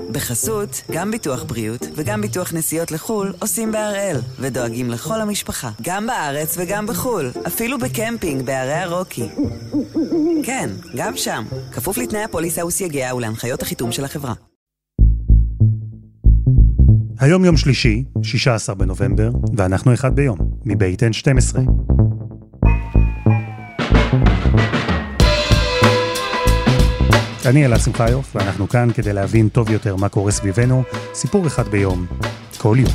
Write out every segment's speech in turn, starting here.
בחסות, גם ביטוח בריאות וגם ביטוח נסיעות לחול עושים בהראל, ודואגים לכל המשפחה, גם בארץ וגם בחול, אפילו בקמפינג בערי הרוקי. כן, גם שם, כפוף לתנאי הפוליסה וסייגיה ולהנחיות החיתום של החברה. היום יום שלישי, 16 בנובמבר, ואנחנו אחד ביום, מבית N12. אני אלעד שמחיוף, ואנחנו כאן כדי להבין טוב יותר מה קורה סביבנו, סיפור אחד ביום, כל יום.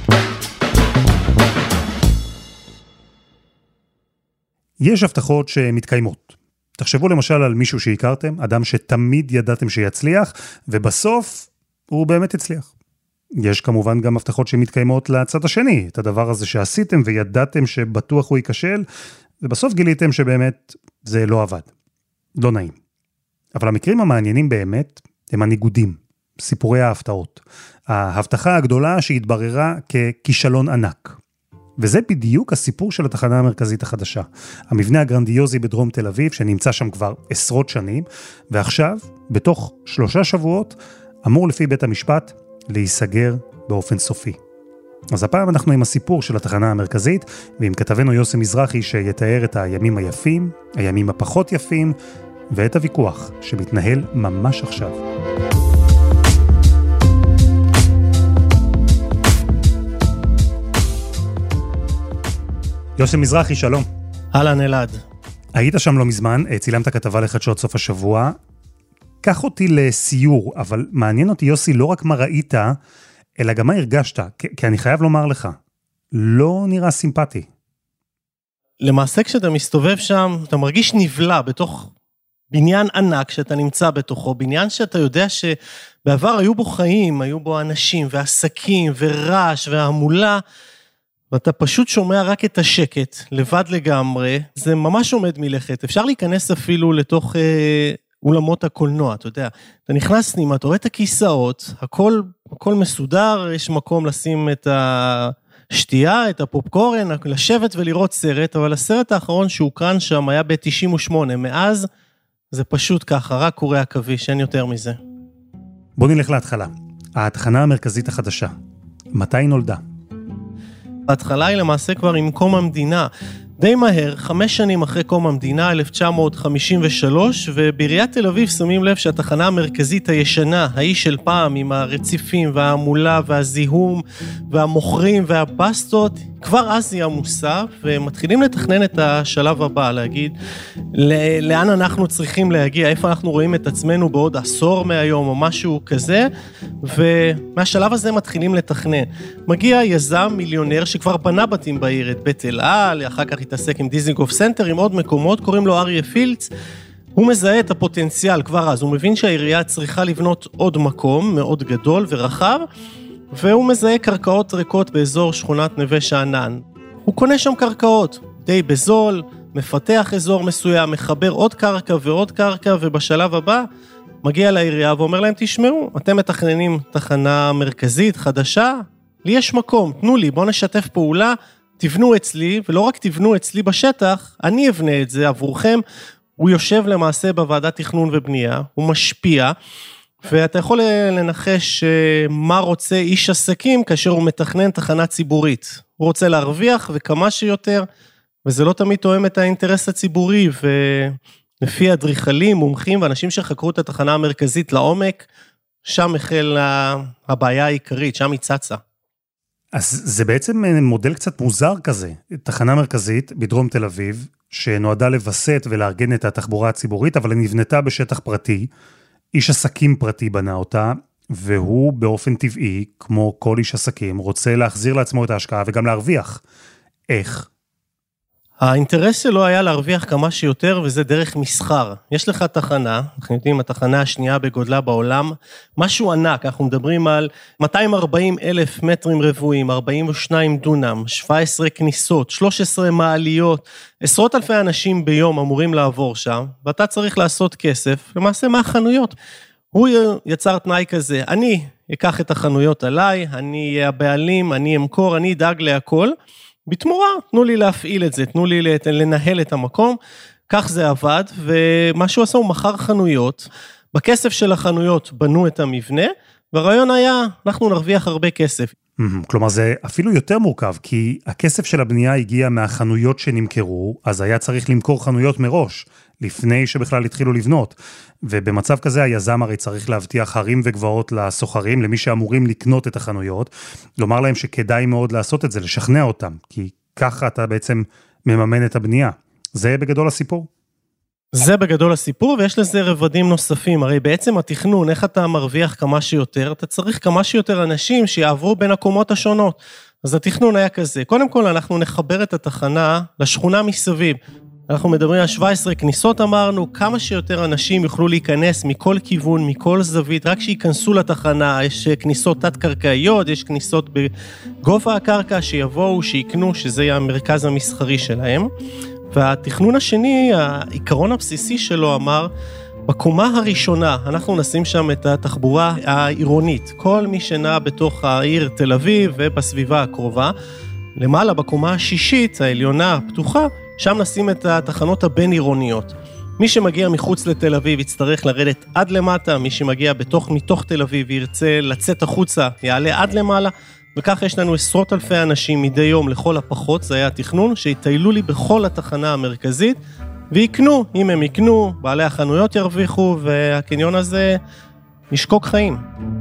יש הבטחות שמתקיימות. תחשבו למשל על מישהו שהכרתם, אדם שתמיד ידעתם שיצליח, ובסוף הוא באמת הצליח. יש כמובן גם הבטחות שמתקיימות לצד השני, את הדבר הזה שעשיתם וידעתם שבטוח הוא ייכשל, ובסוף גיליתם שבאמת זה לא עבד. לא נעים. אבל המקרים המעניינים באמת הם הניגודים, סיפורי ההפתעות. ההבטחה הגדולה שהתבררה ככישלון ענק. וזה בדיוק הסיפור של התחנה המרכזית החדשה. המבנה הגרנדיוזי בדרום תל אביב, שנמצא שם כבר עשרות שנים, ועכשיו, בתוך 3 שבועות, אמור לפי בית המשפט להיסגר באופן סופי. אז הפעם אנחנו עם הסיפור של התחנה המרכזית, ועם כתבנו יוסי מזרחי שיתאר את הימים היפים, הימים הפחות יפים, ואת הוויכוח שמתנהל ממש עכשיו. יוסי מזרחי, שלום. אהלן אלעד. היית שם לא מזמן, צילמת כתבה לחדשות סוף השבוע. קח אותי לסיור, אבל מעניין אותי יוסי לא רק מה ראית, אלא גם מה הרגשת, כי אני חייב לומר לך, לא נראה סימפטי. למעשה כשאתה מסתובב שם, אתה מרגיש נבלה בתוך בניין ענק שאתה נמצא בתוכו, בניין שאתה יודע שבעבר היו בו חיים, היו בו אנשים ועסקים ורעש והמולה, ואתה פשוט שומע רק את השקט, לבד לגמרי, זה ממש עומד מלכת, אפשר להיכנס אפילו לתוך אולמות הקולנוע, אתה יודע, אתה נכנס נימה, אתה רואה את הכיסאות, הכל מסודר, יש מקום לשים את השתייה, את הפופקורן, לשבת ולראות סרט, אבל הסרט האחרון שהוקרן שם היה ב-98, מאז זה פשוט ככה, רק קורי עכביש, אין יותר מזה. בוא נלך להתחלה. התחנה המרכזית החדשה. מתי נולדה? ההתחלה היא למעשה כבר עם קום המדינה. די מהר, 5 שנים אחרי קום המדינה, 1953, ובעיריית תל אביב שמים לב שהתחנה המרכזית הישנה, האיש של פעם, עם הרציפים והמולה והזיהום והמוכרים והבסטות, כבר אז היא עמוסה, ומתחילים לתכנן את השלב הבא, להגיד לאן אנחנו צריכים להגיע, איפה אנחנו רואים את עצמנו בעוד עשור מהיום או משהו כזה, ומהשלב הזה מתחילים לתכנן. מגיע יזם מיליונר שכבר בנה בתים בעיר, את בית אל-על, אחר כך התעסק עם דיזינגוף סנטר, עם עוד מקומות, קוראים לו אריה פילץ, הוא מזהה את הפוטנציאל כבר אז, הוא מבין שהעירייה צריכה לבנות עוד מקום מאוד גדול ורחב, והוא מזהה קרקעות ריקות באזור שכונת נווה שאנן. הוא קונה שם קרקעות, די בזול, מפתח אזור מסוים, מחבר עוד קרקע ועוד קרקע, ובשלב הבא מגיע לעירייה ואומר להם, תשמעו, אתם מתכננים תחנה מרכזית חדשה, לי יש מקום, תנו לי, בואו נשתף פעולה, תבנו אצלי, ולא רק תבנו אצלי בשטח, אני אבנה את זה עבורכם. הוא יושב למעשה בוועדת תכנון ובנייה, הוא משפיע, ואתה יכול לנחש מה רוצה איש עסקים כאשר הוא מתכנן תחנה ציבורית. הוא רוצה להרוויח וכמה שיותר, וזה לא תמיד תואם את האינטרס הציבורי, ולפי אדריכלים, מומחים ואנשים שחקרו את התחנה המרכזית לעומק, שם החל הבעיה העיקרית, שם היא צצה. אז זה בעצם מודל קצת מוזר כזה, תחנה מרכזית בדרום תל אביב, שנועדה לבסט ולארגן את התחבורה הציבורית, אבל היא נבנתה בשטח פרטי, איש עסקים פרטי בנה אותה, והוא באופן טבעי, כמו כל איש עסקים, רוצה להחזיר לעצמו את ההשקעה וגם להרוויח. איך? האינטרס שלו היה להרוויח כמה שיותר, וזה דרך מסחר. יש לך תחנה, אנחנו יודעים, התחנה השנייה בגודלה בעולם, משהו ענק, אנחנו מדברים על 240,000 מטרים רבועים, 42 דונם, 17 כניסות, 13 מעליות, עשרות אלפי אנשים ביום אמורים לעבור שם, ואתה צריך לעשות כסף, למעשה מהחנויות. הוא יצר תנאי כזה, אני אקח את החנויות עליי, אני אהיה הבעלים, אני אמכור, אני אדאג להכל, בתמורה, תנו לי להפעיל את זה, תנו לי לנהל את המקום, כך זה עבד, ומה שהוא עשה הוא מכר חנויות, בכסף של החנויות בנו את המבנה, והרעיון היה, אנחנו נרוויח הרבה כסף. כלומר זה אפילו יותר מורכב, כי הכסף של הבנייה הגיע מהחנויות שנמכרו, אז היה צריך למכור חנויות מראש, לפני שבכלל התחילו לבנות. ובמצב כזה היזם הרי צריך להבטיח הרים וגבעות לסוחרים, למי שאמורים לקנות את החנויות, לומר להם שכדאי מאוד לעשות את זה, לשכנע אותם, כי ככה אתה בעצם מממן את הבנייה. זה בגדול הסיפור? זה בגדול הסיפור, ויש לזה רבדים נוספים. הרי בעצם התכנון, איך אתה מרוויח כמה שיותר, אתה צריך כמה שיותר אנשים שיעברו בין הקומות השונות. אז התכנון היה כזה. קודם כל אנחנו נחבר את התחנה לשכונה מסביב. אנחנו מדברים על 17 כניסות, אמרנו, כמה שיותר אנשים יוכלו להיכנס מכל כיוון, מכל זווית, רק שיכנסו לתחנה. יש כניסות תת-קרקעיות, יש כניסות בגובה הקרקע, שיבואו, שיקנו, שזה יהיה המרכז המסחרי שלהם. והתכנון השני, העיקרון הבסיסי שלו אמר, בקומה הראשונה אנחנו נשים שם את התחבורה העירונית, כל מי שנע בתוך העיר תל אביב ובסביבה הקרובה, למעלה בקומה השישית, העליונה הפתוחה, שם נשים את התחנות הבין עירוניות. מי שמגיע מחוץ לתל אביב יצטרך לרדת עד למטה, מי שמגיע מתוך תל אביב וירצה לצאת החוצה יעלה עד למעלה, וכך יש לנו עשרות אלפי אנשים מדי יום לכל הפחות, זה היה התכנון, שיטיילו לי בכל התחנה המרכזית, ויקנו, אם הם יקנו, בעלי החנויות ירוויחו, והקניון הזה נשקוק חיים.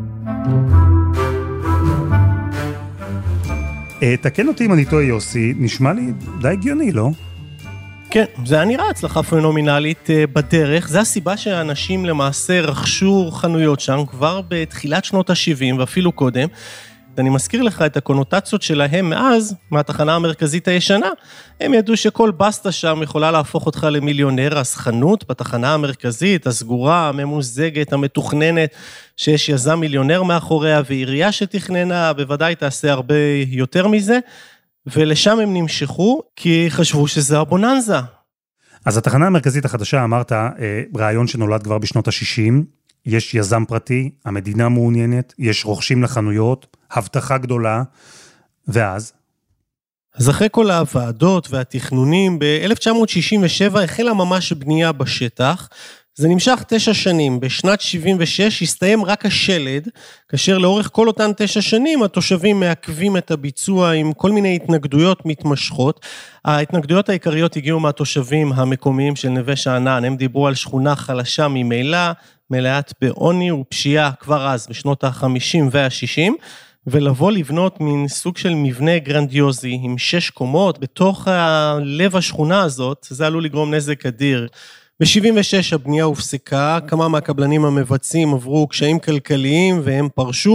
תקן אותי אם אני טועה יוסי, נשמע לי די הגיוני, לא? כן, זה היה נראה הצלחה פנומנלית בדרך, זה הסיבה שהאנשים למעשה רכשו חנויות שם כבר בתחילת שנות ה-70 ואפילו קודם, אני מזכיר לך את הקונוטציות שלהם מאז, מהתחנה המרכזית הישנה, הם ידעו שכל בסטה שם יכולה להפוך אותך למיליונר, אז חנות בתחנה המרכזית, הסגורה, הממוזגת, המתוכננת, שיש יזם מיליונר מאחוריה, ועירייה שתכננה, בוודאי תעשה הרבה יותר מזה, ולשם הם נמשכו, כי חשבו שזה הבוננזה. אז התחנה המרכזית החדשה, אמרת, רעיון שנולד כבר בשנות ה-60, יש יזם פרטי, המדינה מעוניינת, יש רוכשים לחנויות, הבטחה גדולה, ואז? אז אחרי כל הוועדות והתכנונים, ב-1967 החלה ממש בנייה בשטח, זה נמשך 9 שנים, בשנת 76 הסתיים רק השלד, כאשר לאורך כל אותן 9 שנים התושבים מעכבים את הביצוע עם כל מיני התנגדויות מתמשכות, ההתנגדויות העיקריות הגיעו מהתושבים המקומיים של נווה שאנן, הם דיברו על שכונה חלשה ממילא, מלאת בעוני ופשיעה כבר אז, בשנות ה-50 וה-60, ולבוא לבנות מין סוג של מבנה גרנדיוזי עם 6 קומות, בתוך לב השכונה הזאת, זה עלול לגרום נזק אדיר. ב-76 הבנייה הופסקה, כמה מהקבלנים המבצעים עברו קשיים כלכליים והם פרשו.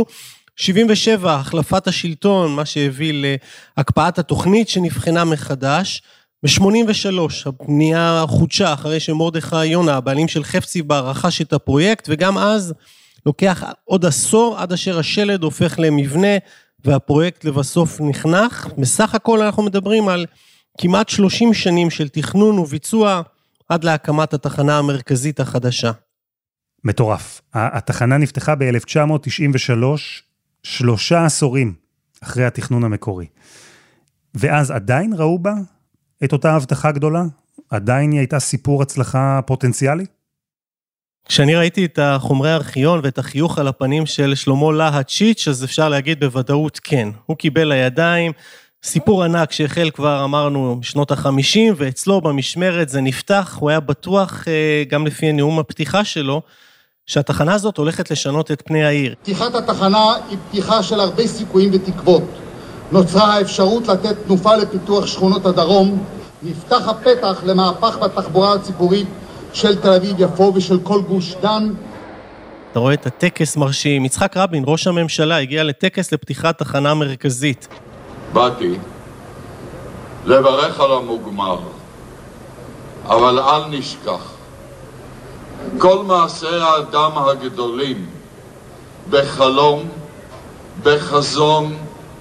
77 החלפת השלטון, מה שהביא להקפאת התוכנית שנבחנה מחדש. ב-83 הבנייה חודשה אחרי שמרדכי יונה, הבעלים של חפצי בר, רכש את הפרויקט, וגם אז לוקח עוד עשור עד אשר השלד הופך למבנה והפרויקט לבסוף נחנך. בסך הכל אנחנו מדברים על כמעט 30 שנים של תכנון וביצוע עד להקמת התחנה המרכזית החדשה. מטורף. התחנה נפתחה ב-1993, 3 עשורים אחרי התכנון המקורי. ואז עדיין ראו בה את אותה הבטחה גדולה? עדיין היא הייתה סיפור הצלחה פוטנציאלי? כשאני ראיתי את החומרי הארכיון ואת החיוך על הפנים של שלמה להצ'יץ', אז אפשר להגיד בוודאות כן. הוא קיבל לידיים, סיפור ענק שהחל כבר אמרנו בשנות ה-50, ואצלו במשמרת זה נפתח, הוא היה בטוח גם לפי נאום הפתיחה שלו, שהתחנה הזאת הולכת לשנות את פני העיר. פתיחת התחנה היא פתיחה של הרבה סיכויים ותקוות. נוצרה האפשרות לתת תנופה לפיתוח שכונות הדרום, נפתח הפתח למהפך בתחבורה הציבורית של תל אביב יפו ושל כל גוש דן. אתה רואה את הטקס מרשים, יצחק רבין, ראש הממשלה, הגיע לטקס לפתיחת תחנה מרכזית. באתי לברך על המוגמר, אבל אל נשכח, כל מעשי האדם הגדולים, בחלום, בחזון,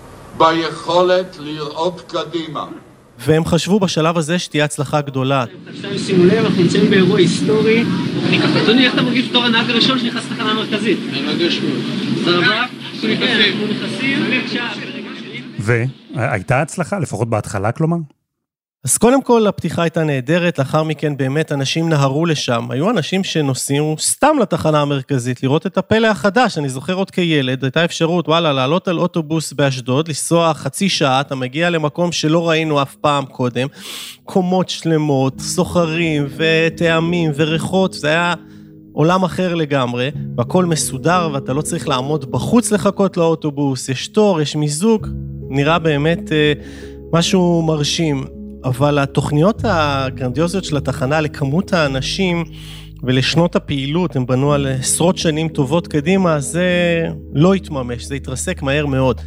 ביכולת לראות קדימה. והם חשבו בשלב הזה שתהיה הצלחה גדולה. עכשיו שימו לב, אנחנו נמצאים באירוע היסטורי. אדוני, איך אתה מרגיש בתור הנהג הראשון שנכנס לתחנה המרכזית? מרגש מאוד. תודה רבה. אנחנו נכנסים. והייתה הצלחה, לפחות בהתחלה כלומר? אז קודם כל הפתיחה הייתה נהדרת, לאחר מכן באמת אנשים נהרו לשם, היו אנשים שנוסעים סתם לתחנה המרכזית, לראות את הפלא החדש, אני זוכר עוד כילד, הייתה אפשרות, וואלה, לעלות על אוטובוס באשדוד, לנסוע חצי שעה, אתה מגיע למקום שלא ראינו אף פעם קודם, קומות שלמות, סוחרים וטעמים וריחות, זה היה עולם אחר לגמרי, והכל מסודר, ואתה לא צריך לעמוד בחוץ לחכות לאוטובוס, יש תור, יש מיזוג, נראה באמת משהו מרשים, אבל התוכניות הגרנדיוזיות של התחנה לכמות האנשים ולשנות הפעילות, הם בנו על עשרות שנים טובות קדימה, זה לא התממש, זה התרסק מהר מאוד.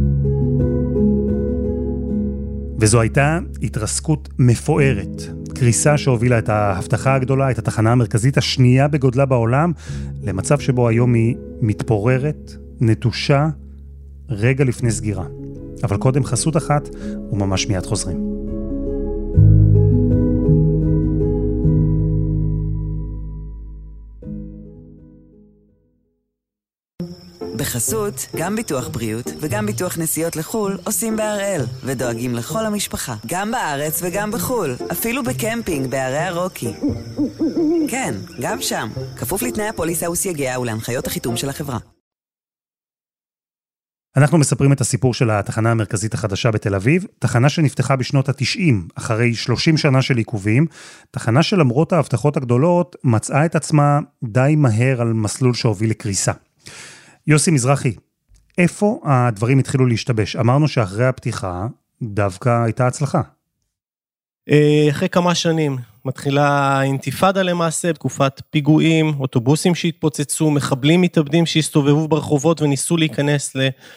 וזו הייתה התרסקות מפוארת, קריסה שהובילה את ההבטחה הגדולה, את התחנה המרכזית השנייה בגודלה בעולם, למצב שבו היום היא מתפוררת, נטושה, רגע לפני סגירה. אבל קודם חסות אחת, וממש מיד חוזרים. בחסות, גם ביטוח בריאות וגם ביטוח נסיעות לחול עושים בהראל ודואגים לכל המשפחה, גם בארץ וגם בחול, אפילו בקמפינג בערי הרוקי. כן, גם שם, כפוף לתנאי הפוליסה וסייגיה ולהנחיות החיתום של החברה. אנחנו מספרים את הסיפור של התחנה המרכזית החדשה בתל אביב, תחנה שנפתחה בשנות ה-90, אחרי 30 שנה של עיכובים, תחנה שלמרות ההבטחות הגדולות, מצאה את עצמה די מהר על מסלול שהוביל לקריסה. יוסי מזרחי, איפה הדברים התחילו להשתבש? אמרנו שאחרי הפתיחה דווקא הייתה הצלחה. אחרי כמה שנים מתחילה אינתיפאדה למעשה, תקופת פיגועים, אוטובוסים שהתפוצצו, מחבלים מתאבדים שהסתובבו ברחובות וניסו להיכנס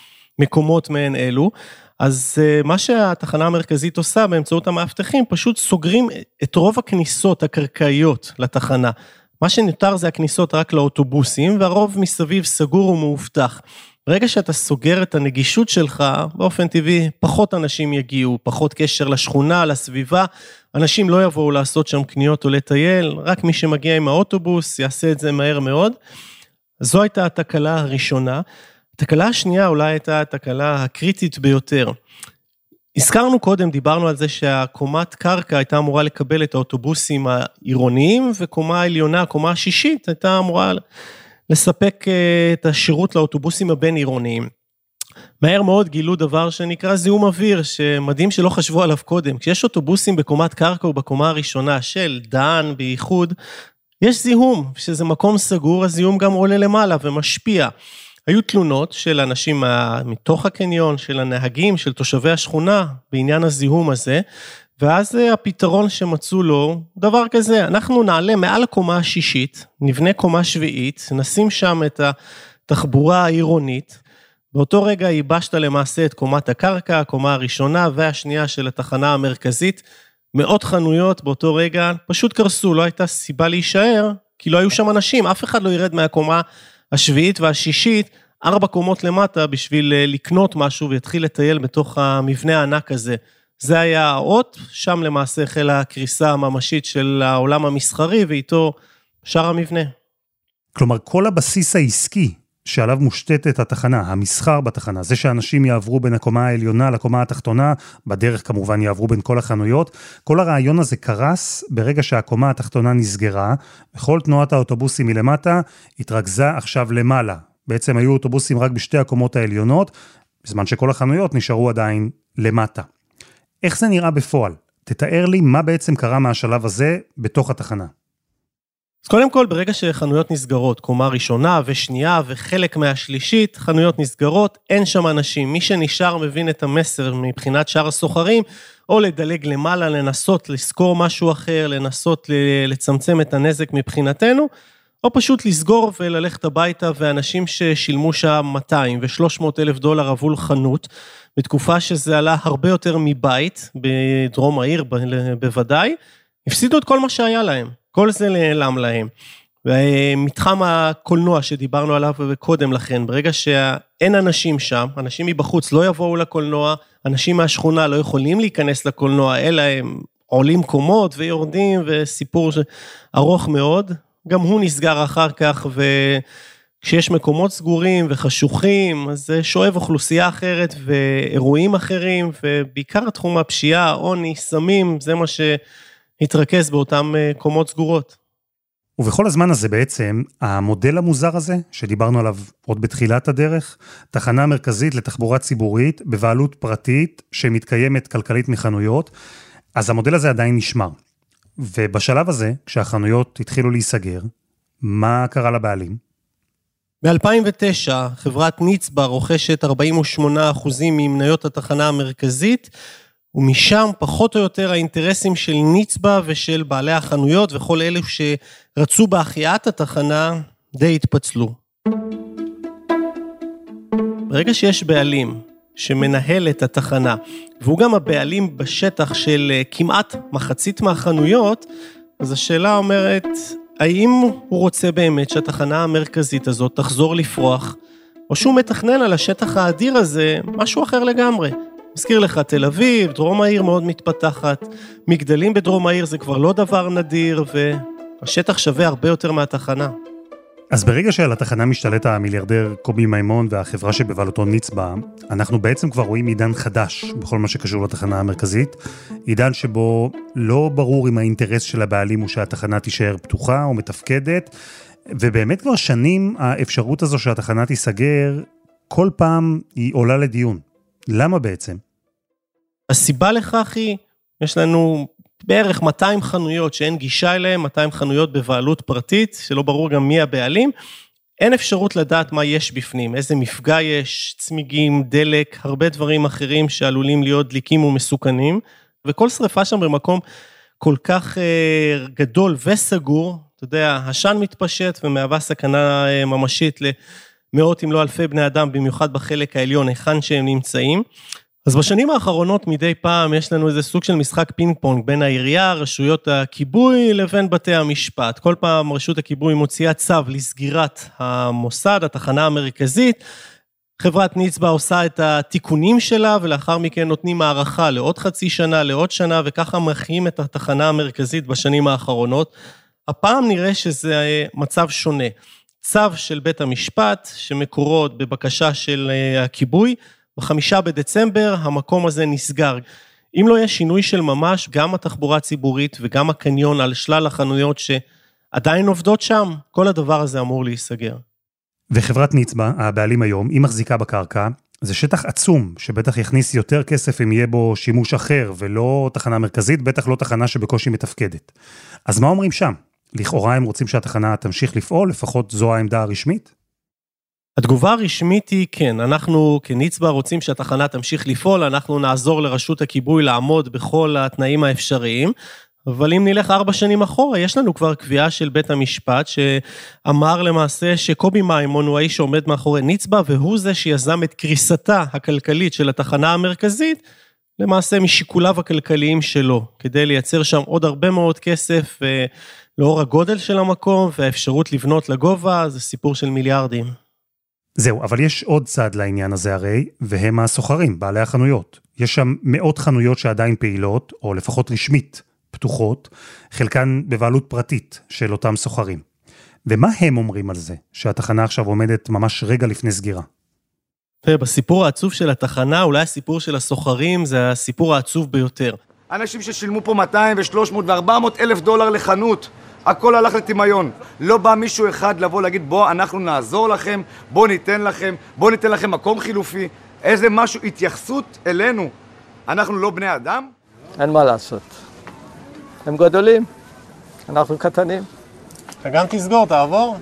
למקומות מהן אלו. אז מה שהתחנה המרכזית עושה באמצעות המאבטחים, פשוט סוגרים את רוב הכניסות הקרקעיות לתחנה. מה שנותר זה הכניסות רק לאוטובוסים, והרוב מסביב סגור ומאובטח. ברגע שאתה סוגר את הנגישות שלך, באופן טבעי פחות אנשים יגיעו, פחות קשר לשכונה, לסביבה, אנשים לא יבואו לעשות שם קניות או לטייל, רק מי שמגיע עם האוטובוס יעשה את זה מהר מאוד. זו הייתה התקלה הראשונה. התקלה השנייה אולי הייתה התקלה הקריטית ביותר. הזכרנו קודם, דיברנו על זה שהקומת קרקע הייתה אמורה לקבל את האוטובוסים העירוניים, וקומה העליונה, הקומה השישית, הייתה אמורה לספק את השירות לאוטובוסים הבין עירוניים. מהר מאוד גילו דבר שנקרא זיהום אוויר, שמדהים שלא חשבו עליו קודם. כשיש אוטובוסים בקומת קרקע או בקומה הראשונה של דן בייחוד, יש זיהום, שזה מקום סגור, הזיהום גם עולה למעלה ומשפיע. היו תלונות של אנשים מתוך הקניון, של הנהגים, של תושבי השכונה, בעניין הזיהום הזה, ואז הפתרון שמצאו לו, דבר כזה, אנחנו נעלה מעל הקומה השישית, נבנה קומה שביעית, נשים שם את התחבורה העירונית, באותו רגע ייבשת למעשה את קומת הקרקע, הקומה הראשונה והשנייה של התחנה המרכזית, מאות חנויות באותו רגע פשוט קרסו, לא הייתה סיבה להישאר, כי לא היו שם אנשים, אף אחד לא ירד מהקומה השביעית והשישית, 4 קומות למטה בשביל לקנות משהו ויתחיל לטייל בתוך המבנה הענק הזה. זה היה האות, שם למעשה החלה הקריסה הממשית של העולם המסחרי ואיתו שאר המבנה. כלומר, כל הבסיס העסקי שעליו מושתתת התחנה, המסחר בתחנה, זה שאנשים יעברו בין הקומה העליונה לקומה התחתונה, בדרך כמובן יעברו בין כל החנויות, כל הרעיון הזה קרס ברגע שהקומה התחתונה נסגרה, וכל תנועת האוטובוסים מלמטה התרכזה עכשיו למעלה. בעצם היו אוטובוסים רק בשתי הקומות העליונות, בזמן שכל החנויות נשארו עדיין למטה. איך זה נראה בפועל? תתאר לי מה בעצם קרה מהשלב הזה בתוך התחנה. אז קודם כל, ברגע שחנויות נסגרות, קומה ראשונה ושנייה וחלק מהשלישית, חנויות נסגרות, אין שם אנשים. מי שנשאר מבין את המסר מבחינת שאר הסוחרים, או לדלג למעלה, לנסות לסגור משהו אחר, לנסות לצמצם את הנזק מבחינתנו, או פשוט לסגור וללכת הביתה, ואנשים ששילמו שם 200 ו-300 אלף דולר עבור חנות, בתקופה שזה עלה הרבה יותר מבית, בדרום העיר בוודאי, הפסידו את כל מה שהיה להם. כל זה נעלם להם. ומתחם הקולנוע שדיברנו עליו קודם לכן, ברגע שאין אנשים שם, אנשים מבחוץ לא יבואו לקולנוע, אנשים מהשכונה לא יכולים להיכנס לקולנוע, אלא הם עולים קומות ויורדים, וסיפור ארוך מאוד, גם הוא נסגר אחר כך, כשיש מקומות סגורים וחשוכים, אז זה שואב אוכלוסייה אחרת ואירועים אחרים, ובעיקר תחום הפשיעה, עוני, סמים, זה מה שהתרכז באותם קומות סגורות. ובכל הזמן הזה בעצם, המודל המוזר הזה, שדיברנו עליו עוד בתחילת הדרך, תחנה מרכזית לתחבורה ציבורית, בבעלות פרטית, שמתקיימת כלכלית מחנויות, אז המודל הזה עדיין נשמר. ובשלב הזה, כשהחנויות התחילו להיסגר, מה קרה לבעלים? ב-2009, חברת ניצבה רוכשת 48% ממניות התחנה המרכזית, ומשם פחות או יותר האינטרסים של ניצבה ושל בעלי החנויות וכל אלו שרצו בהחייאת התחנה די התפצלו. ברגע שיש בעלים שמנהל את התחנה, והוא גם הבעלים בשטח של כמעט מחצית מהחנויות, אז השאלה אומרת, האם הוא רוצה באמת שהתחנה המרכזית הזאת תחזור לפרוח, או שהוא מתכנן על השטח האדיר הזה משהו אחר לגמרי? מזכיר לך תל אביב, דרום העיר מאוד מתפתחת, מגדלים בדרום העיר זה כבר לא דבר נדיר, והשטח שווה הרבה יותר מהתחנה. אז ברגע שעל התחנה משתלט המיליארדר קובי מימון והחברה שבבעלותו ניצבה, אנחנו בעצם כבר רואים עידן חדש בכל מה שקשור לתחנה המרכזית, עידן שבו לא ברור אם האינטרס של הבעלים הוא שהתחנה תישאר פתוחה או מתפקדת, ובאמת כבר שנים האפשרות הזו שהתחנה תיסגר, כל פעם היא עולה לדיון. למה בעצם? הסיבה לכך היא, יש לנו בערך 200 חנויות שאין גישה אליהן, 200 חנויות בבעלות פרטית, שלא ברור גם מי הבעלים, אין אפשרות לדעת מה יש בפנים, איזה מפגע יש, צמיגים, דלק, הרבה דברים אחרים שעלולים להיות דליקים ומסוכנים, וכל שריפה שם במקום כל כך גדול וסגור, אתה יודע, השן מתפשט ומהווה סכנה ממשית למאות אם לא אלפי בני אדם, במיוחד בחלק העליון, היכן שהם נמצאים. אז בשנים האחרונות מדי פעם יש לנו איזה סוג של משחק פינג פונג בין העירייה, רשויות הכיבוי לבין בתי המשפט. כל פעם רשות הכיבוי מוציאה צו לסגירת המוסד, התחנה המרכזית, חברת ניצבה עושה את התיקונים שלה, ולאחר מכן נותנים הערכה לעוד חצי שנה, לעוד שנה, וככה מחיים את התחנה המרכזית בשנים האחרונות. הפעם נראה שזה מצב שונה. צו של בית המשפט, שמקורות בבקשה של הכיבוי, ב5 בדצמבר המקום הזה נסגר. אם לא יש שינוי של ממש, גם התחבורה הציבורית וגם הקניון על שלל החנויות שעדיין עובדות שם, כל הדבר הזה אמור להיסגר. וחברת ניצבה, הבעלים היום, היא מחזיקה בקרקע, זה שטח עצום, שבטח יכניס יותר כסף אם יהיה בו שימוש אחר, ולא תחנה מרכזית, בטח לא תחנה שבקושי מתפקדת. אז מה אומרים שם? לכאורה הם רוצים שהתחנה תמשיך לפעול, לפחות זו העמדה הרשמית? התגובה הרשמית היא כן, אנחנו כניצבה רוצים שהתחנה תמשיך לפעול, אנחנו נעזור לרשות הכיבוי לעמוד בכל התנאים האפשריים, אבל אם נלך 4 שנים אחורה, יש לנו כבר קביעה של בית המשפט, שאמר למעשה שקובי מימון הוא האיש שעומד מאחורי ניצבה, והוא זה שיזם את קריסתה הכלכלית של התחנה המרכזית, למעשה משיקוליו הכלכליים שלו, כדי לייצר שם עוד הרבה מאוד כסף, לאור הגודל של המקום, והאפשרות לבנות לגובה, זה סיפור של מיליארדים. זהו, אבל יש עוד צד לעניין הזה הרי, והם הסוחרים, בעלי החנויות. יש שם מאות חנויות שעדיין פעילות, או לפחות רשמית, פתוחות, חלקן בבעלות פרטית של אותם סוחרים. ומה הם אומרים על זה, שהתחנה עכשיו עומדת ממש רגע לפני סגירה? בסיפור העצוב של התחנה, אולי הסיפור של הסוחרים, זה הסיפור העצוב ביותר. אנשים ששילמו פה 200 ו-300 ו-400 אלף דולר לחנות, הכל הלך לטמיון. לא בא מישהו אחד לבוא להגיד, בוא, אנחנו נעזור לכם, בוא ניתן לכם מקום חילופי, איזה משהו, התייחסות אלינו. אנחנו לא בני אדם? אין מה לעשות. הם גדולים, אנחנו קטנים. אתה גם תסגור, תעבור?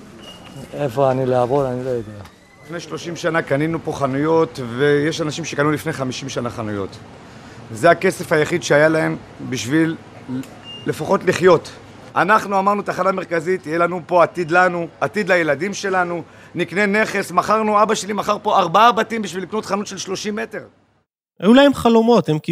איפה אני לעבור, אני לא יודע. לפני 30 שנה קנינו פה חנויות, ויש אנשים שקנו לפני 50 שנה חנויות. זה הכסף היחיד שהיה להם בשביל לפחות לחיות. אנחנו אמרנו, תחנה מרכזית, יהיה לנו פה עתיד לנו, עתיד לילדים שלנו, נקנה נכס, אבא שלי מכר פה 4 בתים בשביל לקנות חנות של 30 מטר. היו להם חלומות, הם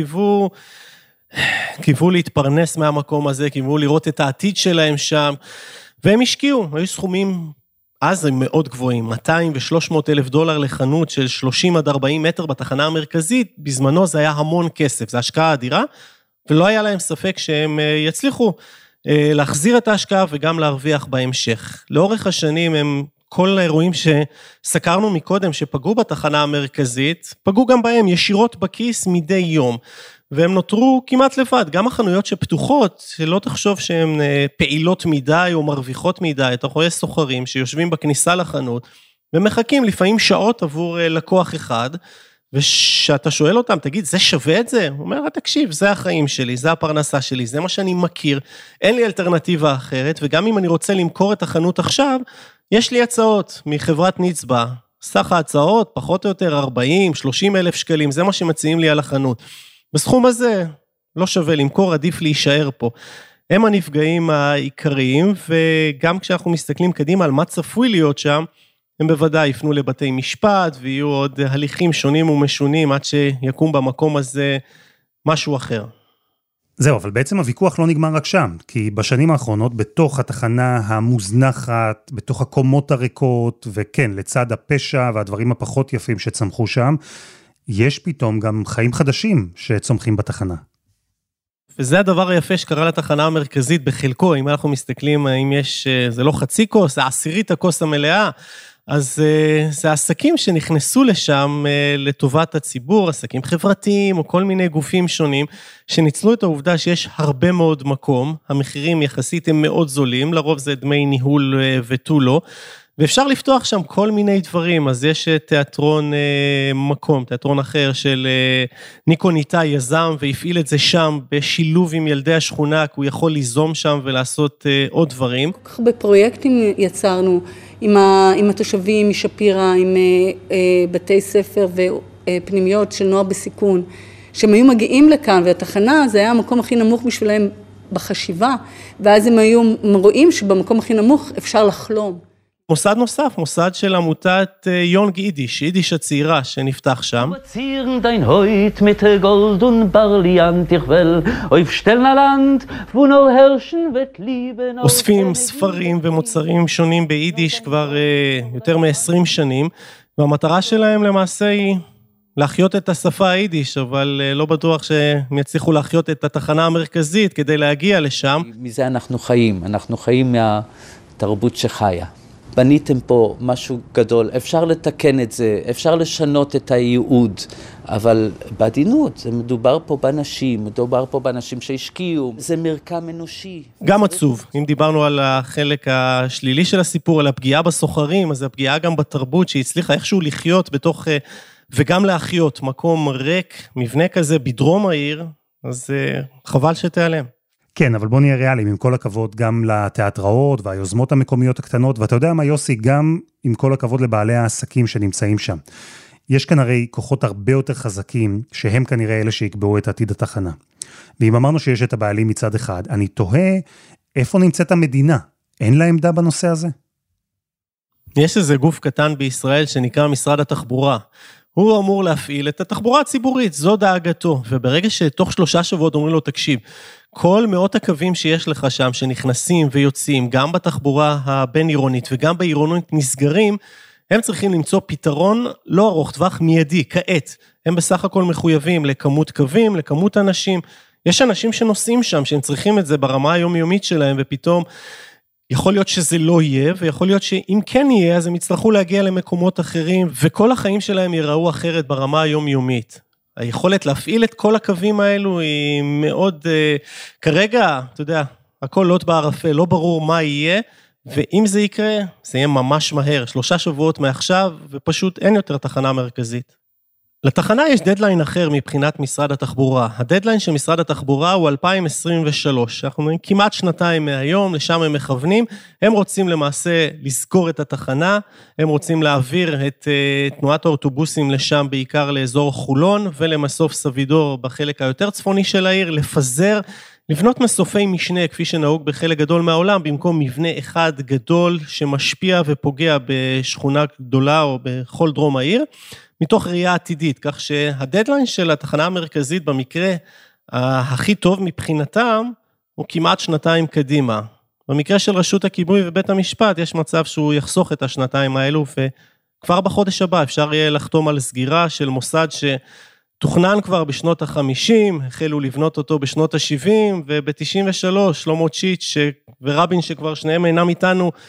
קיוו להתפרנס מהמקום הזה, קיוו לראות את העתיד שלהם שם, והם השקיעו, היו סכומים אז הם מאוד גבוהים, 200 ו-300 אלף דולר לחנות של 30 עד 40 מטר בתחנה המרכזית, בזמנו זה היה המון כסף, זה השקעה אדירה, ולא היה להם ספק שהם יצליחו להחזיר את ההשקעה וגם להרוויח בהמשך. לאורך השנים הם כל האירועים שסקרנו מקודם, שפגעו בתחנה המרכזית, פגעו גם בהם ישירות בכיס מדי יום, והם נותרו כמעט לבד, גם החנויות שפתוחות, שלא תחשוב שהן פעילות מדי או מרוויחות מדי, אתה רואה סוחרים שיושבים בכניסה לחנות, ומחכים לפעמים שעות עבור לקוח אחד, ושאתה שואל אותם, תגיד, זה שווה את זה? הוא אומר, תקשיב, זה החיים שלי, זה הפרנסה שלי, זה מה שאני מכיר, אין לי אלטרנטיבה אחרת, וגם אם אני רוצה למכור את החנות עכשיו, יש לי הצעות מחברת נצבע, סך ההצעות, פחות או יותר 40-30 אלף שקלים, זה מה שמציעים לי על החנות. בסכום הזה לא שווה למכור, עדיף להישאר פה. הם הנפגעים העיקריים, וגם כשאנחנו מסתכלים קדימה על מה צפוי להיות שם, הם בוודאי יפנו לבתי משפט, ויהיו עוד הליכים שונים ומשונים, עד שיקום במקום הזה משהו אחר. זהו, אבל בעצם הוויכוח לא נגמר רק שם, כי בשנים האחרונות, בתוך התחנה המוזנחת, בתוך הקומות הריקות, וכן, לצד הפשע והדברים הפחות יפים שצמחו שם, יש פתאום גם חיים חדשים שצומחים בתחנה. וזה הדבר היפה שקרה לתחנה המרכזית בחלקו, אם אנחנו מסתכלים, האם יש, זה לא חצי כוס, זה עשירית הכוס המלאה, אז זה עסקים שנכנסו לשם לטובת הציבור, עסקים חברתיים או כל מיני גופים שונים, שניצלו את העובדה שיש הרבה מאוד מקום, המחירים יחסית הם מאוד זולים, לרוב זה דמי ניהול ותו לא, ואפשר לפתוח שם כל מיני דברים, אז יש תיאטרון מקום, תיאטרון אחר של ניקו ניטה יזם, והפעיל את זה שם בשילוב עם ילדי השכונה, כי הוא יכול ליזום שם ולעשות עוד דברים. כל כך בפרויקטים יצרנו עם התושבים, משפירה, עם בתי ספר ופנימיות של נוער בסיכון, שהם היו מגיעים לכאן, והתחנה זה היה המקום הכי נמוך בשבילם בחשיבה, ואז הם היו רואים שבמקום הכי נמוך אפשר לחלום. מוסד נוסף, מוסד של עמותת יונג יידיש, יידיש הצעירה שנפתח שם. אוספים ספרים ומוצרים שונים ביידיש כבר יותר מ-20 שנים, והמטרה שלהם למעשה היא להחיות את השפה היידיש, אבל לא בטוח שהם יצליחו להחיות את התחנה המרכזית כדי להגיע לשם. מזה אנחנו חיים מהתרבות שחיה. בניתם פה משהו גדול, אפשר לתקן את זה, אפשר לשנות את הייעוד, אבל בעדינות, זה מדובר פה באנשים שהשקיעו, זה מרקם אנושי. גם עצוב, אם דיברנו על החלק השלילי של הסיפור, על הפגיעה בסוחרים, אז הפגיעה גם בתרבות שהצליחה איכשהו לחיות בתוך, וגם להחיות מקום ריק, מבנה כזה בדרום העיר, אז חבל שתיעלם. כן, אבל בוא נהיה ריאליים, עם כל הכבוד גם לתיאטראות והיוזמות המקומיות הקטנות, ואתה יודע מה יוסי, גם עם כל הכבוד לבעלי העסקים שנמצאים שם. יש כאן הרי כוחות הרבה יותר חזקים, שהם כנראה אלה שיקבעו את עתיד התחנה. ואם אמרנו שיש את הבעלים מצד אחד, אני תוהה איפה נמצאת המדינה? אין לה עמדה בנושא הזה? יש איזה גוף קטן בישראל שנקרא משרד התחבורה. הוא אמור להפעיל את התחבורה הציבורית, זו דאגתו, וברגע שתוך 3 שבועות אומרים לו, תקשיב, כל מאות הקווים שיש לך שם, שנכנסים ויוצאים, גם בתחבורה הבין עירונית וגם בעירונית נסגרים, הם צריכים למצוא פתרון לא ארוך טווח מיידי, כעת. הם בסך הכל מחויבים לכמות קווים, לכמות אנשים. יש אנשים שנוסעים שם, שהם צריכים את זה ברמה היומיומית שלהם, ופתאום יכול להיות שזה לא יהיה, ויכול להיות שאם כן יהיה, אז הם יצטרכו להגיע למקומות אחרים, וכל החיים שלהם ייראו אחרת ברמה היומיומית. היכולת להפעיל את כל הקווים האלו היא מאוד, כרגע, אתה יודע, הכל לוט בערפל, לא ברור מה יהיה, ואם זה יקרה, זה יהיה ממש מהר, 3 שבועות מעכשיו, ופשוט אין יותר תחנה מרכזית. לתחנה יש דדליין אחר מבחינת משרד התחבורה. הדדליין של משרד התחבורה הוא 2023. אנחנו אומרים כמעט 2 מהיום, לשם הם מכוונים. הם רוצים למעשה לסגור את התחנה, הם רוצים להעביר את תנועת האוטובוסים לשם, בעיקר לאזור חולון, ולמסוף סבידור בחלק היותר צפוני של העיר, לפזר, לבנות מסופי משנה, כפי שנהוג בחלק גדול מהעולם, במקום מבנה אחד גדול שמשפיע ופוגע בשכונה גדולה או בכל דרום העיר, מתוך ראייה עתידית, כך שהדדליין של התחנה המרכזית במקרה הכי טוב מבחינתם, הוא כמעט 2 קדימה. במקרה של רשות הכיבוי ובית המשפט, יש מצב שהוא יחסוך את 2 האלו, וכבר בחודש הבא אפשר יהיה לחתום על סגירה של מוסד שתוכנן כבר בשנות ה-50, החלו לבנות אותו בשנות ה-70, וב-93, שלמה צ'יץ' ורבין שכבר שניהם אינם איתנו,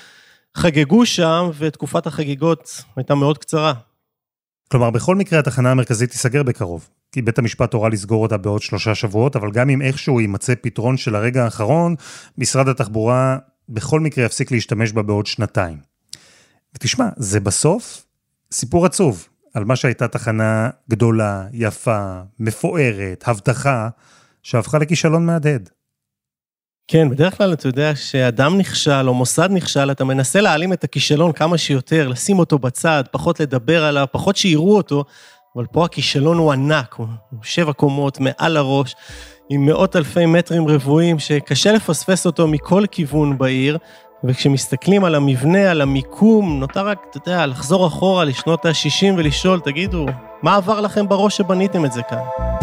חגגו שם, ותקופת החגיגות הייתה מאוד קצרה. כלומר, בכל מקרה התחנה המרכזית תיסגר בקרוב, כי בית המשפט הורה לסגור אותה בעוד 3 שבועות, אבל גם אם איכשהו יימצא פתרון של הרגע האחרון, משרד התחבורה בכל מקרה יפסיק להשתמש בה בעוד 2. ותשמע, זה בסוף סיפור עצוב, על מה שהייתה תחנה גדולה, יפה, מפוארת, הבטחה, שהפכה לכישלון מהדהד. כן, בדרך כלל אתה יודע שאדם נכשל או מוסד נכשל, אתה מנסה להעלים את הכישלון כמה שיותר, לשים אותו בצד, פחות לדבר עליו, פחות שיראו אותו, אבל פה הכישלון הוא ענק, הוא 7 קומות מעל הראש, עם מאות אלפי מטרים רבועים, שקשה לפספס אותו מכל כיוון בעיר, וכשמסתכלים על המבנה, על המיקום, נותר רק, אתה יודע, לחזור אחורה לשנות ה-60 ולשאול, תגידו, מה עבר לכם בראש שבניתם את זה כאן?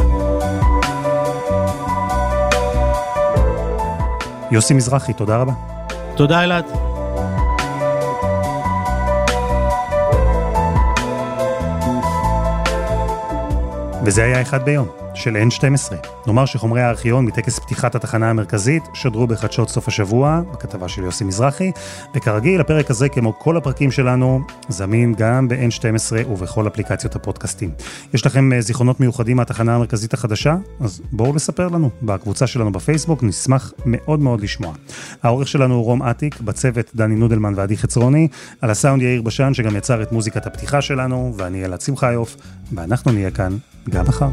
יוסי מזרחי, תודה רבה. תודה אלעד. וזה היה אחד ביום, של N12. נאמר שחומרי הארכיון מטקס פתיחת התחנה המרכזית שודרו בחדשות סוף השבוע, בכתבה של יוסי מזרחי, וכרגיל הפרק הזה, כמו כל הפרקים שלנו, זמין גם ב-N12 ובכל אפליקציות הפודקאסטים. יש לכם זיכרונות מיוחדים מהתחנה המרכזית החדשה? אז בואו לספר לנו בקבוצה שלנו בפייסבוק, נשמח מאוד מאוד לשמוע. העורך שלנו הוא רום עתיק, בצוות דני נודלמן ועדי חצרוני, על הסאונד יאיר בשן שגם יצר את מוזיקת הפתיחה שלנו, ואני אלעד שמחיוף, ואנחנו נהיה כאן גם מחר.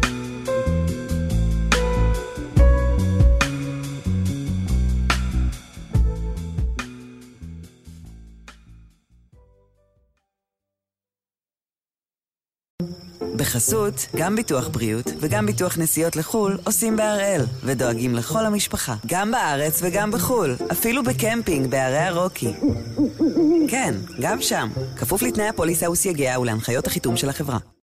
בחסות, גם ביטוח בריאות וגם ביטוח נסיעות לחול עושים בהראל ודואגים לכל המשפחה, גם בארץ וגם בחול, אפילו בקמפינג בערי הרוקי. כן, גם שם, כפוף לתנאי הפוליסה וסייגיה ולהנחיות החיתום של החברה.